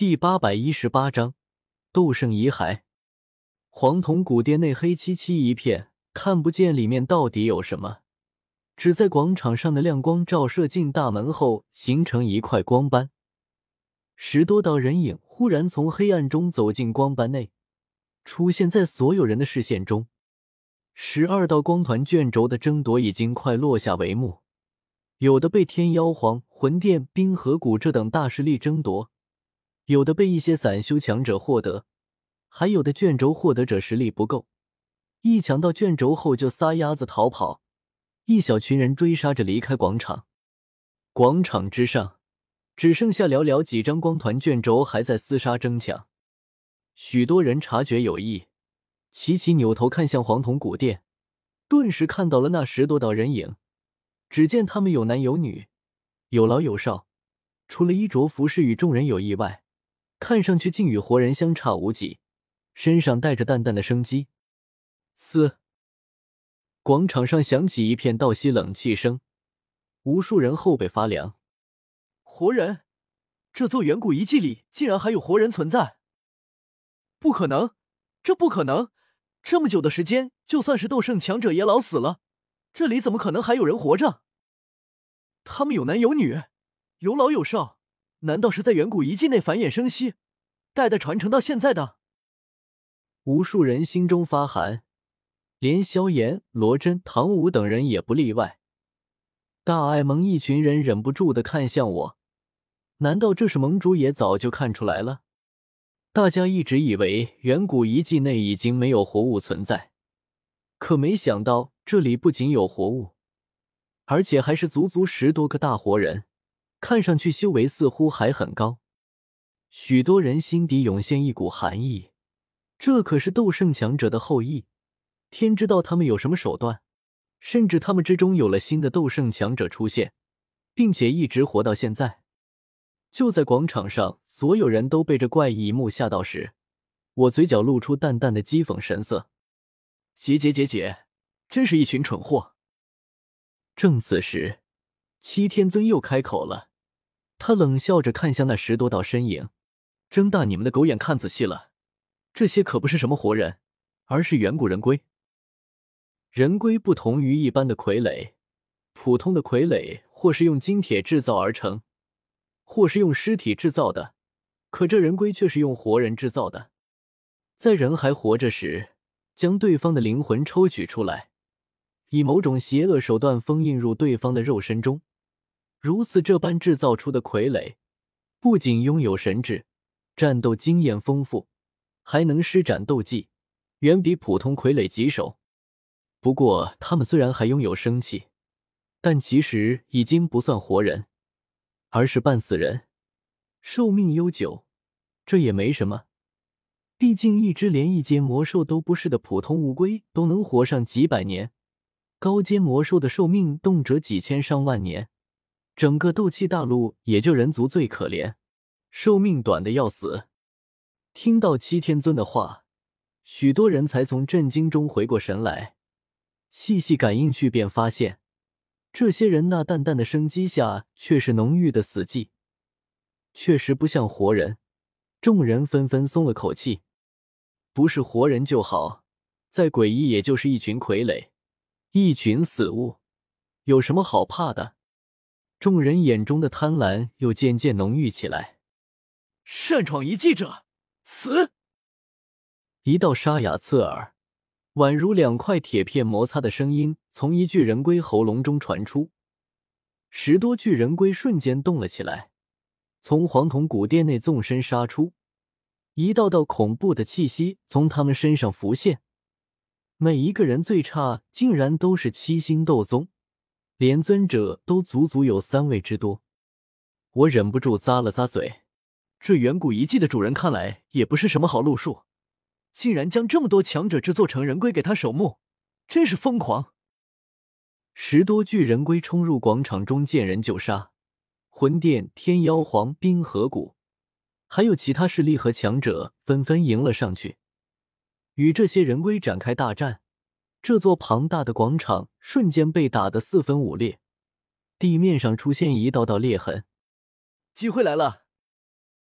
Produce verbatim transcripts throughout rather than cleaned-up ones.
第八百一十八章斗圣遗骸。黄铜古殿内黑漆漆一片，看不见里面到底有什么，只在广场上的亮光照射进大门后，形成一块光斑。十多道人影忽然从黑暗中走进光斑内，出现在所有人的视线中。十二道光团卷轴的争夺已经快落下帷幕，有的被天妖皇、魂殿、冰河谷这等大势力争夺，有的被一些散修强者获得，还有的卷轴获得者实力不够，一抢到卷轴后就撒丫子逃跑，一小群人追杀着离开广场。广场之上只剩下寥寥几张光团卷轴还在厮杀争抢。许多人察觉有异，齐齐扭头看向黄铜古殿，顿时看到了那十多道人影。只见他们有男有女，有老有少，除了衣着服饰与众人有异外，看上去竟与活人相差无几，身上带着淡淡的生机。嘶！广场上响起一片倒吸冷气声，无数人后背发凉。 活人？这座远古遗迹里竟然还有活人存在？不可能，这不可能！这么久的时间，就算是斗圣强者也老死了，这里怎么可能还有人活着？他们有男有女，有老有少，难道是在远古遗迹内繁衍生息，代代传承到现在的？ 无数人心中发寒，连萧炎、罗真、唐舞等人也不例外。大艾蒙一群人忍不住地看向我，难道这是盟主也早就看出来了？大家一直以为远古遗迹内已经没有活物存在，可没想到这里不仅有活物，而且还是足足十多个大活人，看上去修为似乎还很高。许多人心底涌现一股寒意，这可是斗圣强者的后裔，天知道他们有什么手段，甚至他们之中有了新的斗圣强者出现，并且一直活到现在。就在广场上所有人都被这怪异一幕吓到时，我嘴角露出淡淡的讥讽神色。 节节节节，真是一群蠢货。 正此时，七天尊又开口了，他冷笑着看向那十多道身影， 睁大你们的狗眼看仔细了，这些可不是什么活人，而是远古人龟。 人龟不同于一般的傀儡，普通的傀儡或是用金铁制造而成，或是用尸体制造的，可这人龟却是用活人制造的。在人还活着时，将对方的灵魂抽取出来，以某种邪恶手段封印入对方的肉身中。如此这般制造出的傀儡，不仅拥有神智，战斗经验丰富，还能施展斗技，远比普通傀儡棘手。不过他们虽然还拥有生气，但其实已经不算活人，而是半死人，寿命悠久，这也没什么。毕竟一只连一阶魔兽都不是的普通乌龟都能活上几百年，高阶魔兽的寿命动辄几千上万年，整个斗气大陆也就人族最可怜，寿命短的要死。听到七天尊的话，许多人才从震惊中回过神来，细细感应去便发现，这些人那淡淡的生机下却是浓郁的死寂，确实不像活人。众人纷纷松了口气，不是活人就好，再诡异也就是一群傀儡，一群死物，有什么好怕的？众人眼中的贪婪又渐渐浓郁起来。 擅闯遗迹者，死！ 一道沙哑刺耳，宛如两块铁片摩擦的声音从一具人龟喉咙中传出，十多具人龟瞬间动了起来，从黄铜古殿内纵身杀出，一道道恐怖的气息从他们身上浮现，每一个人最差竟然都是七星斗宗，连尊者都足足有三位之多。我忍不住咂了咂嘴， 这远古遗迹的主人看来也不是什么好路数，竟然将这么多强者制作成人龟给他守墓，真是疯狂。 十多具人龟冲入广场中，见人就杀，魂殿、天妖皇、冰河谷还有其他势力和强者纷纷迎了上去，与这些人龟展开大战。这座庞大的广场瞬间被打得四分五裂，地面上出现一道道裂痕。 机会来了！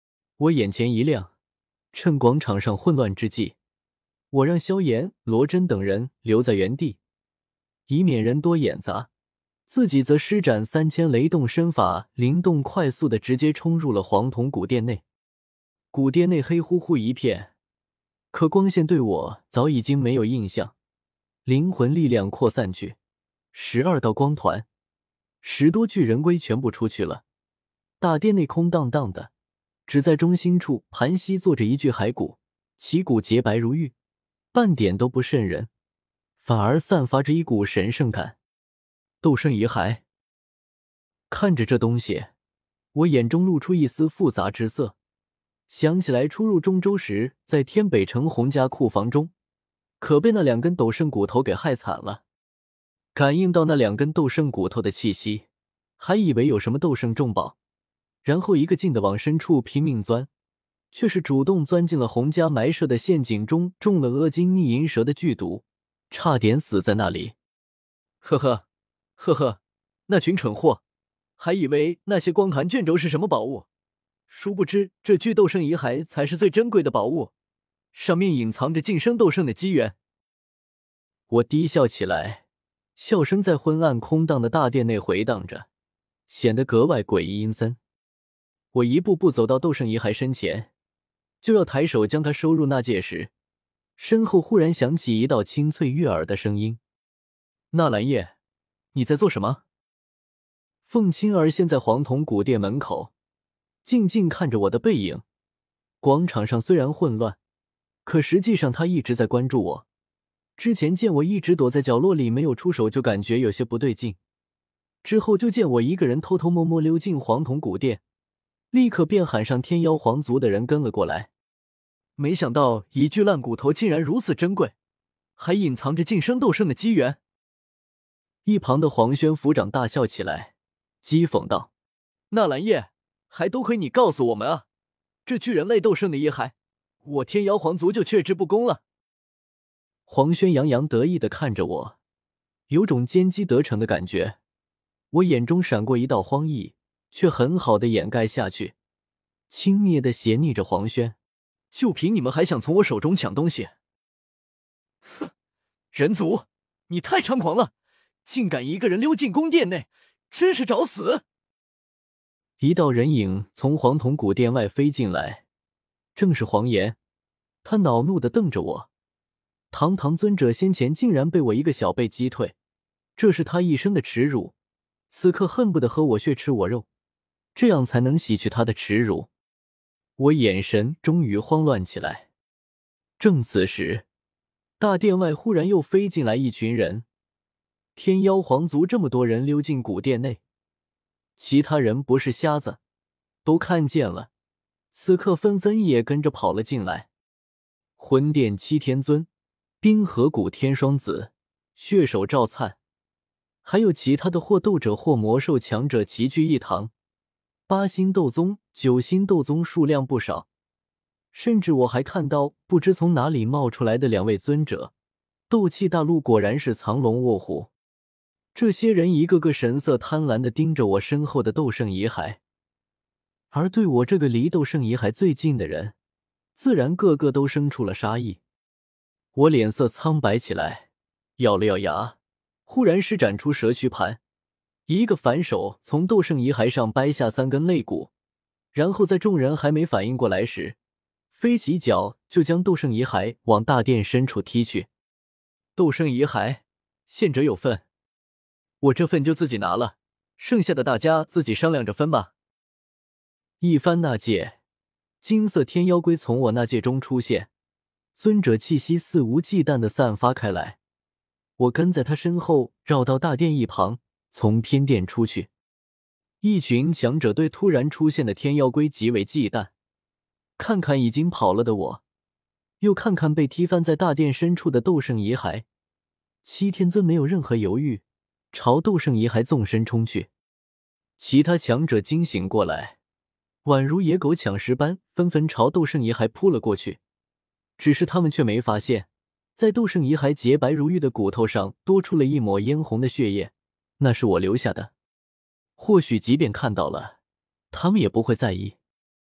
我眼前一亮，趁广场上混乱之际，我让萧炎、罗真等人留在原地，以免人多眼杂，自己则施展三千雷动身法，灵动快速的直接冲入了黄铜古殿内。古殿内黑乎乎一片，可光线对我早已经没有印象，灵魂力量扩散去，十二道光团，十多具人龟全部出去了。大殿内空荡荡的，只在中心处盘膝坐着一具骸骨，其骨洁白如玉，半点都不瘆人，反而散发着一股神圣感。斗圣遗骸。看着这东西，我眼中露出一丝复杂之色，想起来初入中州时，在天北城洪家库房中，可被那两根斗圣骨头给害惨了。感应到那两根斗圣骨头的气息，还以为有什么斗圣重宝，然后一个劲的往深处拼命钻，却是主动钻进了洪家埋设的陷阱中，中了阿金逆银蛇的剧毒，差点死在那里。 呵呵呵呵，那群蠢货，还以为那些光盘卷轴是什么宝物，殊不知这具斗圣遗骸才是最珍贵的宝物，上面隐藏着晋升斗圣的机缘。 我低笑起来，笑声在昏暗空荡的大殿内回荡着，显得格外诡异阴森。我一步步走到斗圣遗骸身前，就要抬手将它收入纳戒时，身后忽然响起一道清脆悦耳的声音：“ 纳兰叶，你在做什么？” 凤青儿现在黄铜古殿门口，静静看着我的背影。广场上虽然混乱，可实际上她一直在关注我。之前见我一直躲在角落里没有出手，就感觉有些不对劲。之后就见我一个人偷偷摸摸溜进黄铜古殿，立刻便喊上天妖皇族的人跟了过来。 没想到一具烂骨头竟然如此珍贵，还隐藏着晋升斗圣的机缘。 一旁的黄轩府长大笑起来，讥讽道：“ 纳兰叶，还多亏你告诉我们啊！这具人类斗圣的遗骸，我天妖皇族就却之不恭了。” 黄轩洋洋得意地看着我，有种奸计得逞的感觉。我眼中闪过一道荒意，却很好的掩盖下去，轻蔑地斜睨着黄轩：“ 就凭你们还想从我手中抢东西？哼，人族，你太猖狂了，竟敢一个人溜进宫殿内，真是找死！” 一道人影从黄铜古殿外飞进来，正是黄岩。他恼怒地瞪着我，堂堂尊者先前竟然被我一个小辈击退，这是他一生的耻辱，此刻恨不得和我血吃我肉，这样才能洗去他的耻辱。我眼神终于慌乱起来。正此时，大殿外忽然又飞进来一群人，天妖皇族这么多人溜进古殿内，其他人不是瞎子，都看见了，此刻纷纷也跟着跑了进来。魂殿七天尊、冰河谷天双子、血手赵灿，还有其他的或斗者或魔兽强者齐聚一堂。八星斗宗、九星斗宗数量不少，甚至我还看到不知从哪里冒出来的两位尊者。斗气大陆果然是藏龙卧虎。这些人一个个神色贪婪地盯着我身后的斗圣遗骸，而对我这个离斗圣遗骸最近的人，自然个个都生出了杀意。我脸色苍白起来，咬了咬牙，忽然施展出蛇须盘，一个反手从斗圣遗骸上掰下三根肋骨，然后在众人还没反应过来时，飞起脚就将斗圣遗骸往大殿深处踢去。 斗圣遗骸，献者有份，我这份就自己拿了，剩下的大家自己商量着分吧。 一番纳戒，金色天妖龟从我纳戒中出现，尊者气息肆无忌惮地散发开来。我跟在他身后绕到大殿一旁，从偏殿出去。一群强者对突然出现的天妖龟极为忌惮，看看已经跑了的我，又看看被踢翻在大殿深处的斗圣遗骸，七天尊没有任何犹豫，朝斗圣遗骸纵身冲去。其他强者惊醒过来，宛如野狗抢食般，纷纷朝斗圣遗骸扑了过去。只是他们却没发现，在斗圣遗骸洁白如玉的骨头上多出了一抹嫣红的血液，那是我留下的。或许即便看到了，他们也不会在意。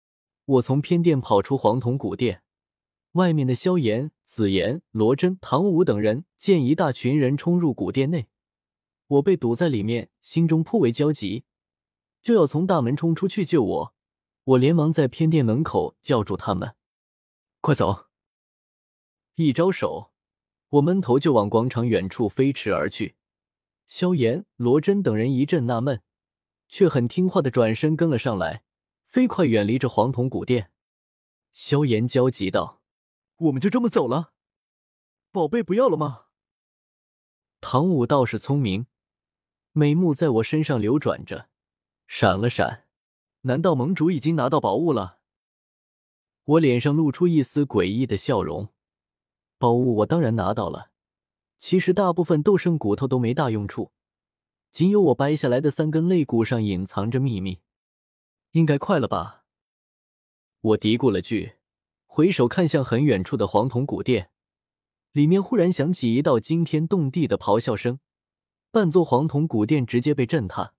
我从偏殿跑出黄铜古殿，外面的萧炎、紫妍、罗真、唐舞等人见一大群人冲入古殿内，我被堵在里面，心中颇为焦急，就要从大门冲出去救我。我连忙在偏殿门口叫住他们：“快走！”一招手，我闷头就往广场远处飞驰而去。萧炎、罗真等人一阵纳闷，却很听话的转身跟了上来，飞快远离这黄铜古殿。萧炎焦急道：“ 我们就这么走了？宝贝不要了吗？” 唐舞倒是聪明，美目在我身上流转着，闪了闪。 难道盟主已经拿到宝物了？ 我脸上露出一丝诡异的笑容。宝物我当然拿到了，其实大部分斗圣骨头都没大用处，仅有我掰下来的三根肋骨上隐藏着秘密。应该快了吧？我嘀咕了句，回首看向很远处的黄铜古殿，里面忽然响起一道惊天动地的咆哮声，半座黄铜古殿直接被震塌。